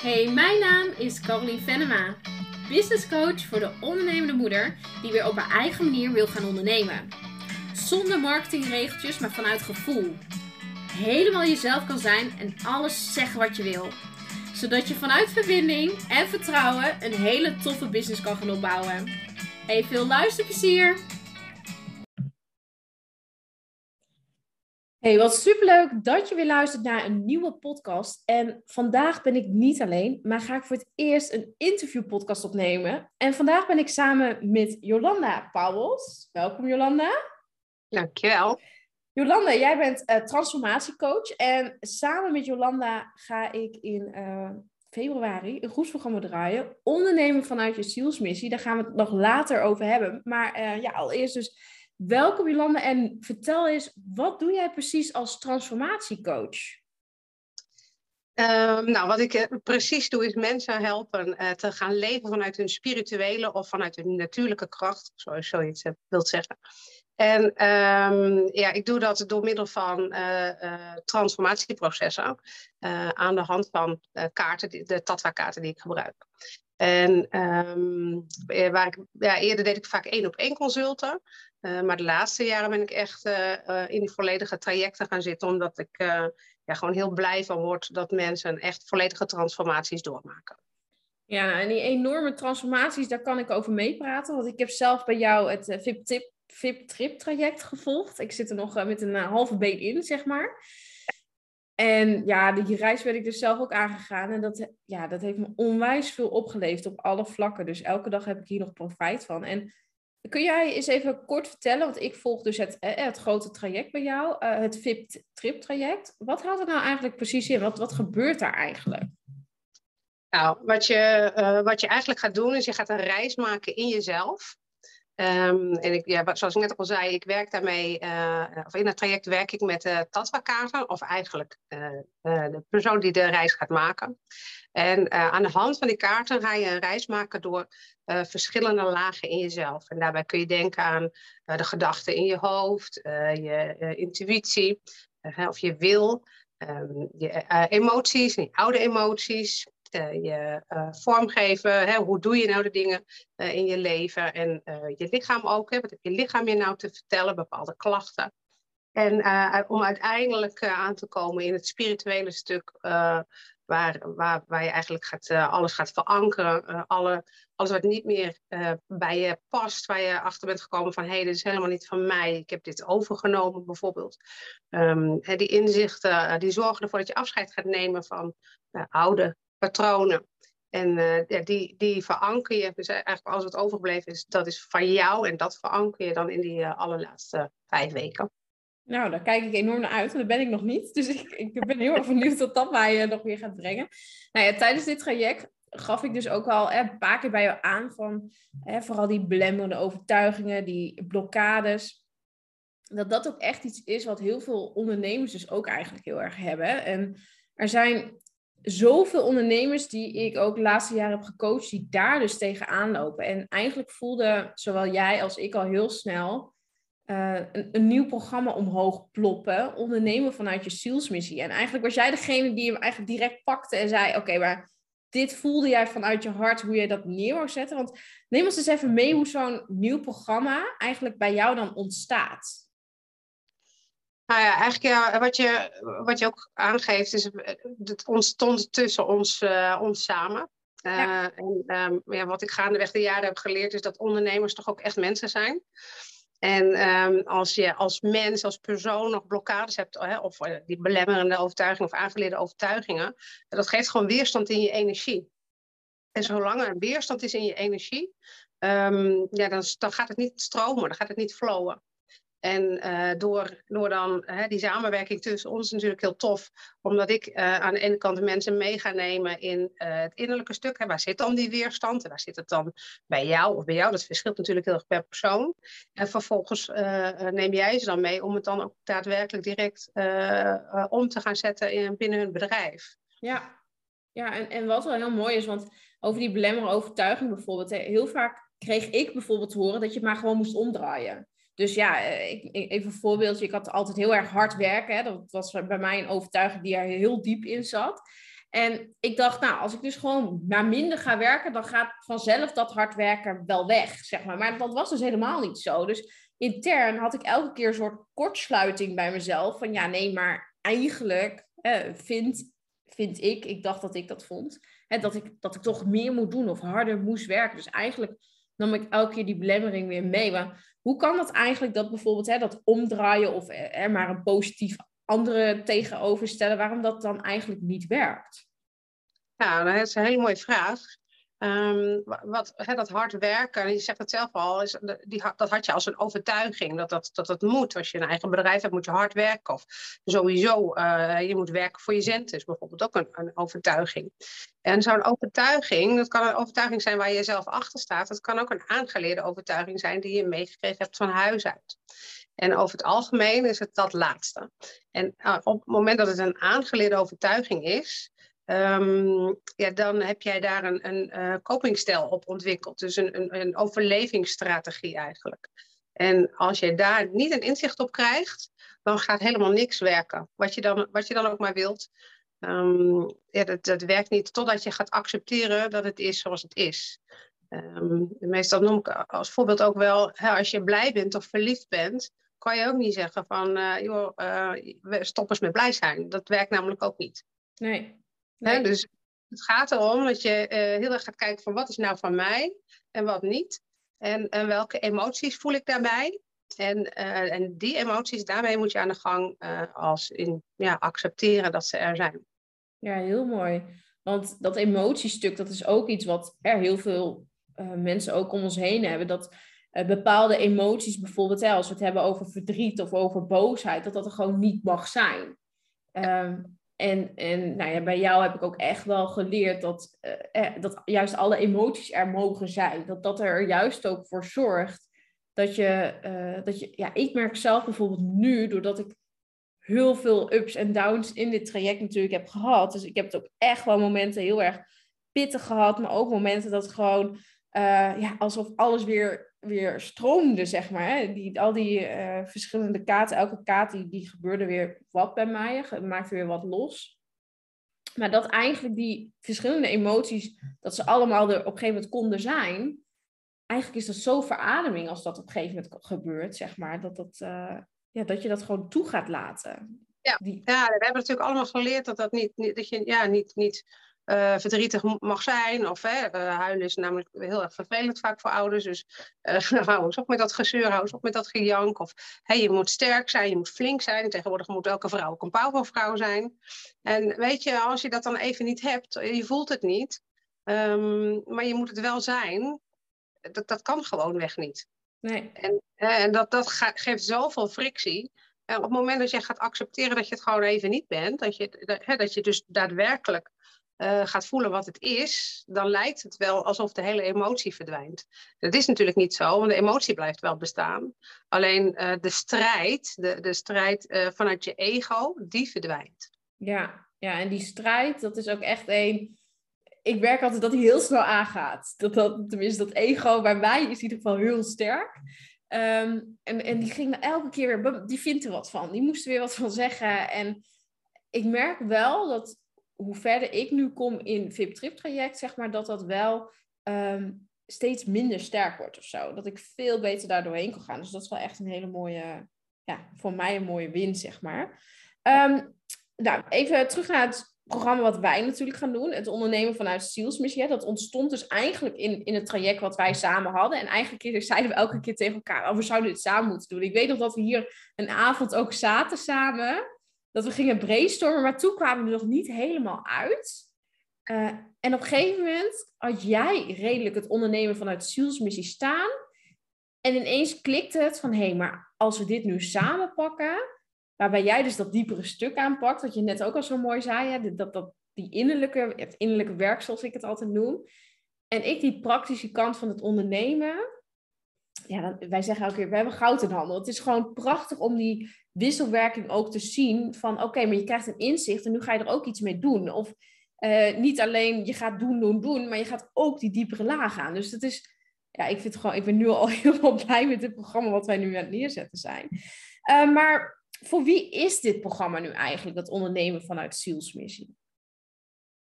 Hey, mijn naam is Caroline Venema, business coach voor de ondernemende moeder die weer op haar eigen manier wil gaan ondernemen. Zonder marketingregeltjes, maar vanuit gevoel. Helemaal jezelf kan zijn en alles zeggen wat je wil. Zodat je vanuit verbinding en vertrouwen een hele toffe business kan gaan opbouwen. Hey, veel luisterplezier! Hey, wat superleuk dat je weer luistert naar een nieuwe podcast. En vandaag ben ik niet alleen, maar ga ik voor het eerst een interviewpodcast opnemen. En vandaag ben ik samen met Jolanda Pauwels. Welkom Jolanda. Dankjewel. Jolanda, jij bent transformatiecoach. En samen met Jolanda ga ik in februari een groepsprogramma draaien. Ondernemen vanuit je zielsmissie. Daar gaan we het nog later over hebben. Maar allereerst dus... Welkom Jolanda en vertel eens, wat doe jij precies als transformatiecoach? Wat ik precies doe is mensen helpen te gaan leven vanuit hun spirituele of vanuit hun natuurlijke kracht, zoals je het wilt zeggen. En ik doe dat door middel van transformatieprocessen aan de hand van kaarten, de tattwa-kaarten die ik gebruik. En eerder deed ik vaak 1-op-1 consulten. Maar de laatste jaren ben ik echt in die volledige trajecten gaan zitten. Omdat ik gewoon heel blij van word dat mensen echt volledige transformaties doormaken. Ja, en die enorme transformaties, daar kan ik over meepraten. Want ik heb zelf bij jou het VIP-trip traject gevolgd. Ik zit er nog met een halve been in, zeg maar. En ja, die reis werd ik dus zelf ook aangegaan. En dat heeft me onwijs veel opgeleverd op alle vlakken. Dus elke dag heb ik hier nog profijt van. En kun jij eens even kort vertellen, want ik volg dus het grote traject bij jou, het VIP-trip traject. Wat houdt het nou eigenlijk precies in? Wat gebeurt daar eigenlijk? Nou, wat je eigenlijk gaat doen, is je gaat een reis maken in jezelf. Zoals ik net al zei, ik werk daarmee, of in het traject werk ik met tattwa-kaarten, of eigenlijk de persoon die de reis gaat maken. En aan de hand van die kaarten ga je een reis maken door verschillende lagen in jezelf. En daarbij kun je denken aan de gedachten in je hoofd, je intuïtie, of je wil, je emoties, je oude emoties. Je vormgeven, hoe doe je nou de dingen in je leven en je lichaam ook. Wat heb je lichaam je nou te vertellen, bepaalde klachten. En om uiteindelijk aan te komen in het spirituele stuk waar je eigenlijk alles gaat verankeren. Alles wat niet meer bij je past, waar je achter bent gekomen van dit is helemaal niet van mij. Ik heb dit overgenomen bijvoorbeeld. Die inzichten die zorgen ervoor dat je afscheid gaat nemen van oude patronen. En die veranker je. Dus eigenlijk alles wat overgebleven is, dat is van jou. En dat veranker je dan in die allerlaatste 5 weken. Nou, daar kijk ik enorm naar uit. En dat ben ik nog niet. Dus ik ben heel erg benieuwd wat dat mij nog weer gaat brengen. Nou ja, tijdens dit traject gaf ik dus ook al een paar keer bij jou aan van vooral die belemmerende overtuigingen, die blokkades. Dat ook echt iets is wat heel veel ondernemers dus ook eigenlijk heel erg hebben. En er zijn zoveel ondernemers die ik ook de laatste jaren heb gecoacht, die daar dus tegenaan lopen. En eigenlijk voelde zowel jij als ik al heel snel een nieuw programma omhoog ploppen. Ondernemen vanuit je zielsmissie. En eigenlijk was jij degene die hem eigenlijk direct pakte en zei, oké, maar dit voelde jij vanuit je hart, hoe je dat neer wou zetten. Want neem ons eens even mee hoe zo'n nieuw programma eigenlijk bij jou dan ontstaat. Nou ja, eigenlijk wat je ook aangeeft, is het ontstond tussen ons samen. Wat ik gaandeweg de jaren heb geleerd, is dat ondernemers toch ook echt mensen zijn. En als je als mens, als persoon nog blokkades hebt, of die belemmerende overtuigingen of aangeleerde overtuigingen, dat geeft gewoon weerstand in je energie. En zolang er weerstand is in je energie, dan gaat het niet stromen, dan gaat het niet flowen. En door dan die samenwerking tussen ons is natuurlijk heel tof. Omdat ik aan de ene kant de mensen mee ga nemen in het innerlijke stuk. Waar zit dan die weerstand? En waar zit het dan bij jou of bij jou? Dat verschilt natuurlijk heel erg per persoon. En vervolgens neem jij ze dan mee om het dan ook daadwerkelijk direct om te gaan zetten binnen hun bedrijf. Ja, en wat wel heel mooi is, want over die belemmerende overtuiging bijvoorbeeld. Heel vaak kreeg ik bijvoorbeeld te horen dat je het maar gewoon moest omdraaien. Dus ja, even een voorbeeldje. Ik had altijd heel erg hard werken. Hè. Dat was bij mij een overtuiging die er heel diep in zat. En ik dacht, nou, als ik dus gewoon maar minder ga werken, dan gaat vanzelf dat hard werken wel weg, zeg maar. Maar dat was dus helemaal niet zo. Dus intern had ik elke keer een soort kortsluiting bij mezelf. Van ja, nee, maar eigenlijk vind ik dacht dat ik dat vond, dat ik toch meer moet doen of harder moest werken. Dus eigenlijk nam ik elke keer die belemmering weer mee. Maar hoe kan dat eigenlijk dat bijvoorbeeld dat omdraaien of er maar een positief andere tegenover stellen, waarom dat dan eigenlijk niet werkt? Nou, dat is een hele mooie vraag. Dat hard werken, je zegt het zelf al, dat had je als een overtuiging dat moet. Als je een eigen bedrijf hebt, moet je hard werken. Of sowieso, je moet werken voor je cent. Is bijvoorbeeld ook een overtuiging. En zo'n overtuiging, dat kan een overtuiging zijn waar je zelf achter staat. Dat kan ook een aangeleerde overtuiging zijn die je meegekregen hebt van huis uit. En over het algemeen is het dat laatste. En op het moment dat het een aangeleerde overtuiging is, dan heb jij daar een copingstijl op ontwikkeld. Dus een overlevingsstrategie eigenlijk. En als je daar niet een inzicht op krijgt, dan gaat helemaal niks werken. Wat je dan ook maar wilt. Dat werkt niet totdat je gaat accepteren dat het is zoals het is. Meestal noem ik als voorbeeld ook wel, als je blij bent of verliefd bent, kan je ook niet zeggen van, stop eens met blij zijn. Dat werkt namelijk ook niet. Nee. Dus het gaat erom dat je heel erg gaat kijken van wat is nou van mij en wat niet. En welke emoties voel ik daarbij. En die emoties, daarmee moet je aan de gang als in accepteren dat ze er zijn. Ja, heel mooi. Want dat emotiestuk, dat is ook iets wat er heel veel mensen ook om ons heen hebben. Dat bepaalde emoties bijvoorbeeld, als we het hebben over verdriet of over boosheid, dat er gewoon niet mag zijn. En nou ja, bij jou heb ik ook echt wel geleerd dat juist alle emoties er mogen zijn. Dat er juist ook voor zorgt dat je... Ja, ik merk zelf bijvoorbeeld nu, doordat ik heel veel ups en downs in dit traject natuurlijk heb gehad. Dus ik heb het ook echt wel momenten heel erg pittig gehad. Maar ook momenten dat gewoon alsof alles weer stroomde, zeg maar. Hè. Al die verschillende kaarten, elke kaart die gebeurde weer wat bij mij. Maakte weer wat los. Maar dat eigenlijk die verschillende emoties, dat ze allemaal er op een gegeven moment konden zijn. Eigenlijk is dat zo verademing als dat op een gegeven moment gebeurt, zeg maar. Dat je dat gewoon toe gaat laten. Ja, we hebben natuurlijk allemaal geleerd dat je niet verdrietig mag zijn. Of huilen is namelijk heel erg vervelend vaak voor ouders. Dus hou eens op met dat gezeur, hou eens op met dat gejank. Of je moet sterk zijn, je moet flink zijn. Tegenwoordig moet elke vrouw ook een powervrouw zijn. En weet je, als je dat dan even niet hebt, je voelt het niet. Maar je moet het wel zijn. Dat kan gewoonweg niet. Nee. En dat geeft zoveel frictie. En op het moment dat je gaat accepteren dat je het gewoon even niet bent, dat je dus daadwerkelijk gaat voelen wat het is, dan lijkt het wel alsof de hele emotie verdwijnt. Dat is natuurlijk niet zo, want de emotie blijft wel bestaan. Alleen de strijd vanuit je ego, die verdwijnt. Ja, en die strijd, dat is ook echt ik merk altijd dat die heel snel aangaat. Tenminste, dat ego bij mij is in ieder geval heel sterk. En die ging elke keer weer, die vindt er wat van. Die moest er weer wat van zeggen. En ik merk wel dat hoe verder ik nu kom in VIP-trip-traject, zeg maar, dat wel steeds minder sterk wordt of zo. Dat ik veel beter daar doorheen kan gaan. Dus dat is wel echt een hele mooie, voor mij een mooie win, zeg maar. Nou, even terug naar het programma wat wij natuurlijk gaan doen. Het ondernemen vanuit zielsmissie. Dat ontstond dus eigenlijk in het traject wat wij samen hadden. En eigenlijk zeiden we elke keer tegen elkaar, we zouden dit samen moeten doen. Ik weet nog dat we hier een avond ook zaten samen. Dat we gingen brainstormen, maar toen kwamen we er nog niet helemaal uit. En op een gegeven moment had jij redelijk het ondernemen vanuit zielsmissie staan. En ineens klikte het van, maar als we dit nu samen pakken, waarbij jij dus dat diepere stuk aanpakt, wat je net ook al zo mooi zei, hè, het innerlijke werk, zoals ik het altijd noem. En ik die praktische kant van het ondernemen. Ja, wij zeggen elke keer, we hebben goud in handen. Het is gewoon prachtig om die wisselwerking ook te zien van, oké, maar je krijgt een inzicht en nu ga je er ook iets mee doen. Of niet alleen je gaat doen, maar je gaat ook die diepere laag aan. Dus dat is, ik ben nu al heel blij met dit programma wat wij nu aan het neerzetten zijn. Maar voor wie is dit programma nu eigenlijk, dat ondernemen vanuit zielsmissie?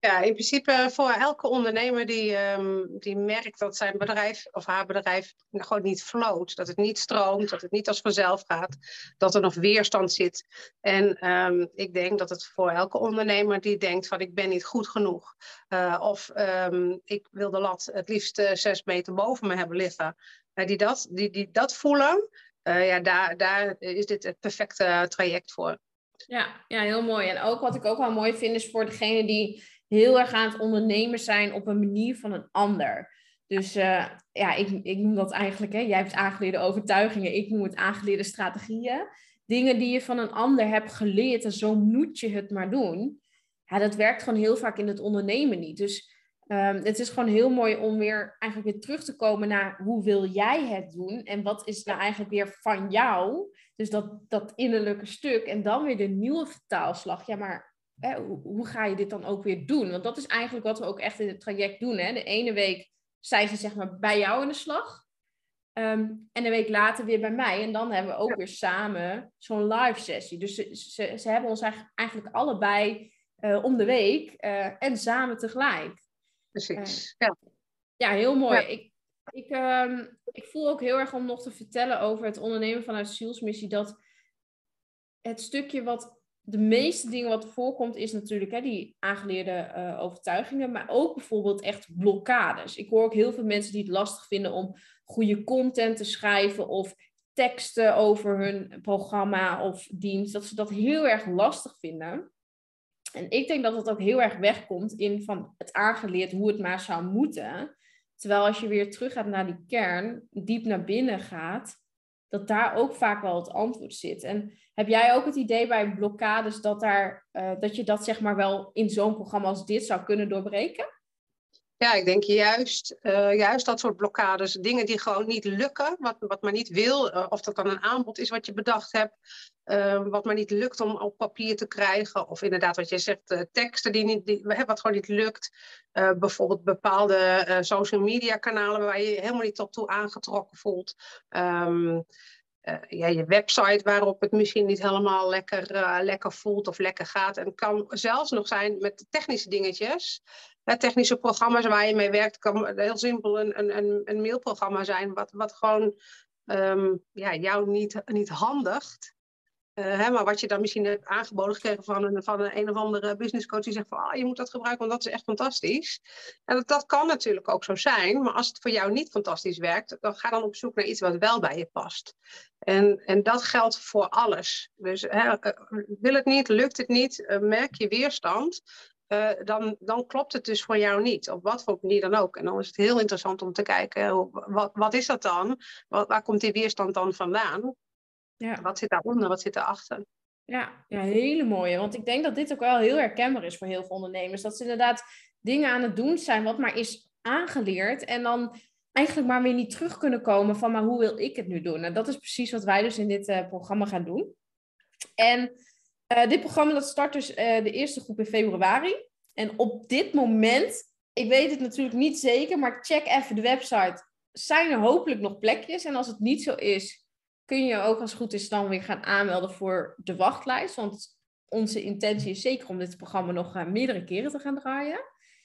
Ja, in principe voor elke ondernemer die merkt dat zijn bedrijf of haar bedrijf gewoon niet floot, dat het niet stroomt, dat het niet als vanzelf gaat, dat er nog weerstand zit. En ik denk dat het voor elke ondernemer die denkt van ik ben niet goed genoeg of ik wil de lat het liefst 6 meter boven me hebben liggen, die dat voelen, ja, daar is dit het perfecte traject voor. Ja, ja, heel mooi. En ook wat ik ook wel mooi vind is voor degene die heel erg aan het ondernemen zijn op een manier van een ander. Dus ja, ik noem dat eigenlijk, hè, jij hebt aangeleerde overtuigingen, ik noem het aangeleerde strategieën. Dingen die je van een ander hebt geleerd en zo moet je het maar doen. Ja, dat werkt gewoon heel vaak in het ondernemen niet. Dus het is gewoon heel mooi om eigenlijk weer terug te komen naar hoe wil jij het doen en wat is nou eigenlijk weer van jou. Dus dat innerlijke stuk en dan weer de nieuwe vertaalslag. Ja, maar hoe ga je dit dan ook weer doen? Want dat is eigenlijk wat we ook echt in het traject doen. Hè? De ene week zijn ze zeg maar bij jou in de slag. En een week later weer bij mij. En dan hebben we ook weer samen zo'n live sessie. Dus ze hebben ons eigenlijk allebei om de week en samen tegelijk. Precies, Ja, heel mooi. Ja. Ik voel ook heel erg om nog te vertellen over het ondernemen vanuit zielsmissie, dat het stukje wat de meeste dingen wat voorkomt is natuurlijk die aangeleerde overtuigingen, maar ook bijvoorbeeld echt blokkades. Ik hoor ook heel veel mensen die het lastig vinden om goede content te schrijven of teksten over hun programma of dienst, dat ze dat heel erg lastig vinden. En ik denk dat het ook heel erg wegkomt in van het aangeleerd hoe het maar zou moeten. Terwijl als je weer terug gaat naar die kern, diep naar binnen gaat, dat daar ook vaak wel het antwoord zit. En heb jij ook het idee bij blokkades dat je dat zeg maar wel in zo'n programma als dit zou kunnen doorbreken? Ja, ik denk juist dat soort blokkades, dingen die gewoon niet lukken, wat maar niet wil, of dat dan een aanbod is wat je bedacht hebt, wat maar niet lukt om op papier te krijgen, of inderdaad wat je zegt, teksten wat gewoon niet lukt. Bijvoorbeeld bepaalde social media kanalen waar je je helemaal niet op toe aangetrokken voelt. Je website waarop het misschien niet helemaal lekker voelt of lekker gaat. En het kan zelfs nog zijn met technische dingetjes. Technische programma's waar je mee werkt. Kan heel simpel een mailprogramma zijn wat gewoon jou niet handigt. Maar wat je dan misschien hebt aangeboden gekregen van een of andere businesscoach die zegt van je moet dat gebruiken, want dat is echt fantastisch. En dat kan natuurlijk ook zo zijn, maar als het voor jou niet fantastisch werkt, dan ga dan op zoek naar iets wat wel bij je past. En dat geldt voor alles. Dus wil het niet, lukt het niet, merk je weerstand, dan klopt het dus voor jou niet. Op wat voor manier dan ook. En dan is het heel interessant om te kijken, wat is dat dan? Waar komt die weerstand dan vandaan? Ja. Wat zit daaronder, wat zit daarachter? Ja, hele mooie. Want ik denk dat dit ook wel heel herkenbaar is voor heel veel ondernemers. Dat ze inderdaad dingen aan het doen zijn wat maar is aangeleerd. En dan eigenlijk maar weer niet terug kunnen komen van maar hoe wil ik het nu doen? En dat is precies wat wij dus in dit programma gaan doen. En dit programma dat start dus de eerste groep in februari. En op dit moment, ik weet het natuurlijk niet zeker, maar check even de website. Zijn er hopelijk nog plekjes? En als het niet zo is, kun je ook als het goed is dan weer gaan aanmelden voor de wachtlijst. Want onze intentie is zeker om dit programma nog meerdere keren te gaan draaien.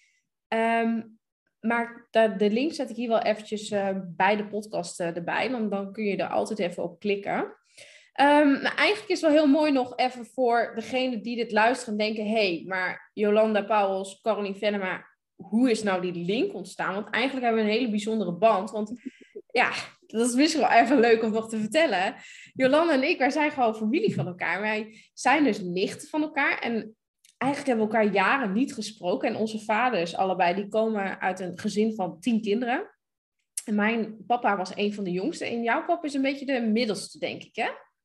Maar de link zet ik hier wel eventjes bij de podcast erbij. Dan kun je er altijd even op klikken. Nou, eigenlijk is het wel heel mooi nog even voor degene die dit luisteren en denken, hey, maar Jolanda Pauwels, Caroline Venema, hoe is nou die link ontstaan? Want eigenlijk hebben we een hele bijzondere band. Want ja, dat is misschien wel even leuk om nog te vertellen. Jolanda en ik, wij zijn gewoon familie van elkaar. Wij zijn dus nichten van elkaar. En eigenlijk hebben we elkaar jaren niet gesproken. En onze vaders allebei, die komen uit een gezin van 10 kinderen. En mijn papa was een van de jongste. En jouw papa is een beetje de middelste, denk ik, hè?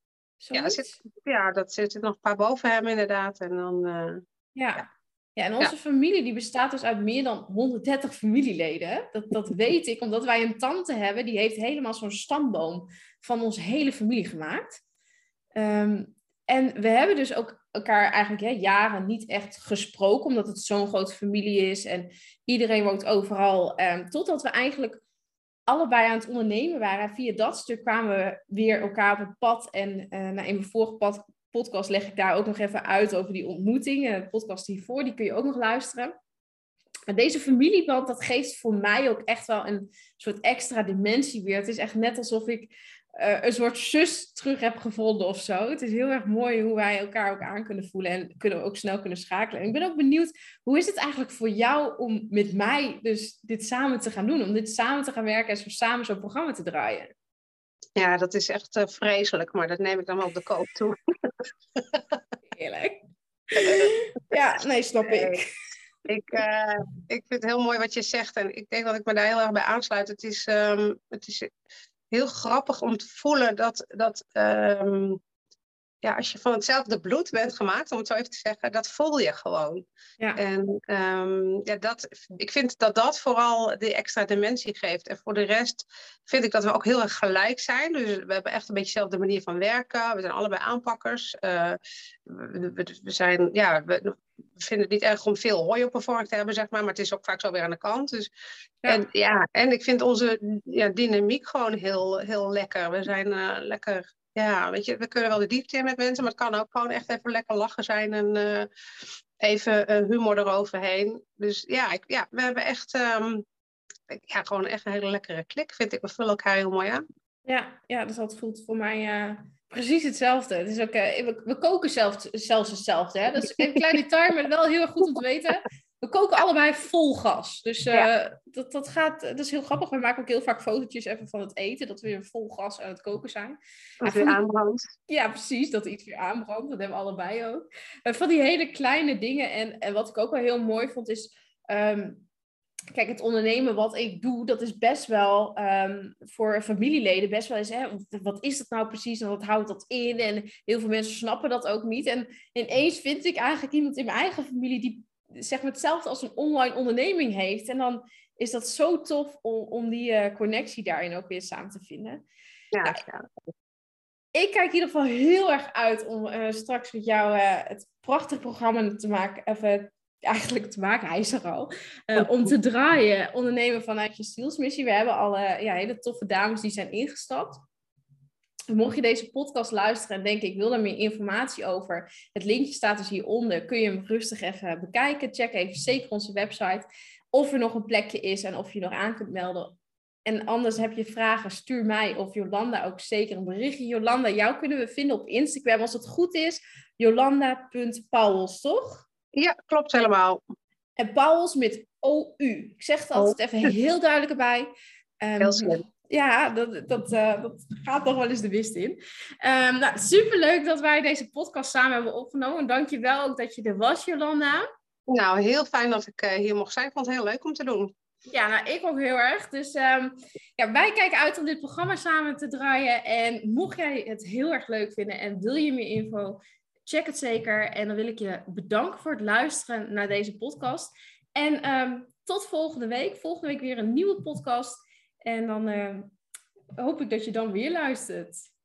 Dat zit er nog een paar boven hem inderdaad. En dan, Ja, en onze familie die bestaat dus uit meer dan 130 familieleden. Dat weet ik, omdat wij een tante hebben, die heeft helemaal zo'n stamboom van onze hele familie gemaakt. En we hebben dus ook elkaar eigenlijk jaren niet echt gesproken, omdat het zo'n grote familie is en iedereen woont overal. Totdat we eigenlijk allebei aan het ondernemen waren. Via dat stuk kwamen we weer elkaar op het pad. En in mijn vorige podcast leg ik daar ook nog even uit over die ontmoeting. De podcast hiervoor, die kun je ook nog luisteren. deze familieband, dat geeft voor mij ook echt wel een soort extra dimensie weer. Het is echt net alsof ik een soort zus terug heb gevonden of zo. Het is heel erg mooi hoe wij elkaar ook aan kunnen voelen en ook snel kunnen schakelen. En ik ben ook benieuwd, hoe is het eigenlijk voor jou om met mij dus dit samen te gaan doen? Om dit samen te gaan werken en samen zo'n programma te draaien? Ja, dat is echt vreselijk, maar dat neem ik dan wel op de koop toe. Heerlijk. Ja, nee, snap ik. Ik vind het heel mooi wat je zegt en ik denk dat ik me daar heel erg bij aansluit. Het is heel grappig om te voelen dat als je van hetzelfde bloed bent gemaakt, om het zo even te zeggen, dat voel je gewoon. Ja. En ik vind dat vooral die extra dimensie geeft. En voor de rest vind ik dat we ook heel erg gelijk zijn. Dus we hebben echt een beetje dezelfde manier van werken. We zijn allebei aanpakkers. We vinden het niet erg om veel hooi op een vork te hebben, zeg maar het is ook vaak zo weer aan de kant. Dus, en ik vind onze dynamiek gewoon heel, heel lekker. We zijn lekker. Ja, weet je, we kunnen wel de diepte in met mensen, maar het kan ook gewoon echt even lekker lachen zijn en even humor eroverheen. Dus we hebben echt, gewoon echt een hele lekkere klik, vind ik. We vullen elkaar heel mooi aan. Ja, dus dat voelt voor mij precies hetzelfde. Het is ook, we koken zelfs hetzelfde. Hè? Dat is een klein detail, maar wel heel erg goed om te weten. We koken allebei vol gas. Dus dat is heel grappig. We maken ook heel vaak fotootjes even van het eten. Dat we weer vol gas aan het koken zijn. Dat weer aanbrandt. Ja, precies. Dat iets weer aanbrandt. Dat hebben we allebei ook. Van die hele kleine dingen. En wat ik ook wel heel mooi vond is... Kijk, het ondernemen wat ik doe, dat is best wel voor familieleden best wel eens, wat is dat nou precies en wat houdt dat in? En heel veel mensen snappen dat ook niet. En ineens vind ik eigenlijk iemand in mijn eigen familie die zeg maar hetzelfde als een online onderneming heeft. En dan is dat zo tof om die connectie daarin ook weer samen te vinden. Ja. Ik kijk in ieder geval heel erg uit om straks met jou het prachtig programma te maken, eigenlijk te maken, hij is er al, om te draaien, ondernemen vanuit je zielsmissie. We hebben al hele toffe dames die zijn ingestapt. Mocht je deze podcast luisteren en denken, ik wil daar meer informatie over, het linkje staat dus hieronder, kun je hem rustig even bekijken. Check even zeker onze website, of er nog een plekje is en of je nog aan kunt melden. En anders heb je vragen, stuur mij of Jolanda ook zeker een berichtje. Jolanda, jou kunnen we vinden op Instagram, als het goed is, jolanda.pauwels, toch? Ja, klopt helemaal. En Pauwels met OU. Ik zeg het altijd even heel duidelijk erbij. Heel slim. Ja, dat gaat nog wel eens de mist in. Superleuk dat wij deze podcast samen hebben opgenomen. En dank je wel ook dat je er was, Jolanda. Nou, heel fijn dat ik hier mocht zijn. Ik vond het heel leuk om te doen. Ja, nou, ik ook heel erg. Dus wij kijken uit om dit programma samen te draaien. En mocht jij het heel erg leuk vinden en wil je meer info, check het zeker. En dan wil ik je bedanken voor het luisteren naar deze podcast. En tot volgende week. Volgende week weer een nieuwe podcast. En dan hoop ik dat je dan weer luistert.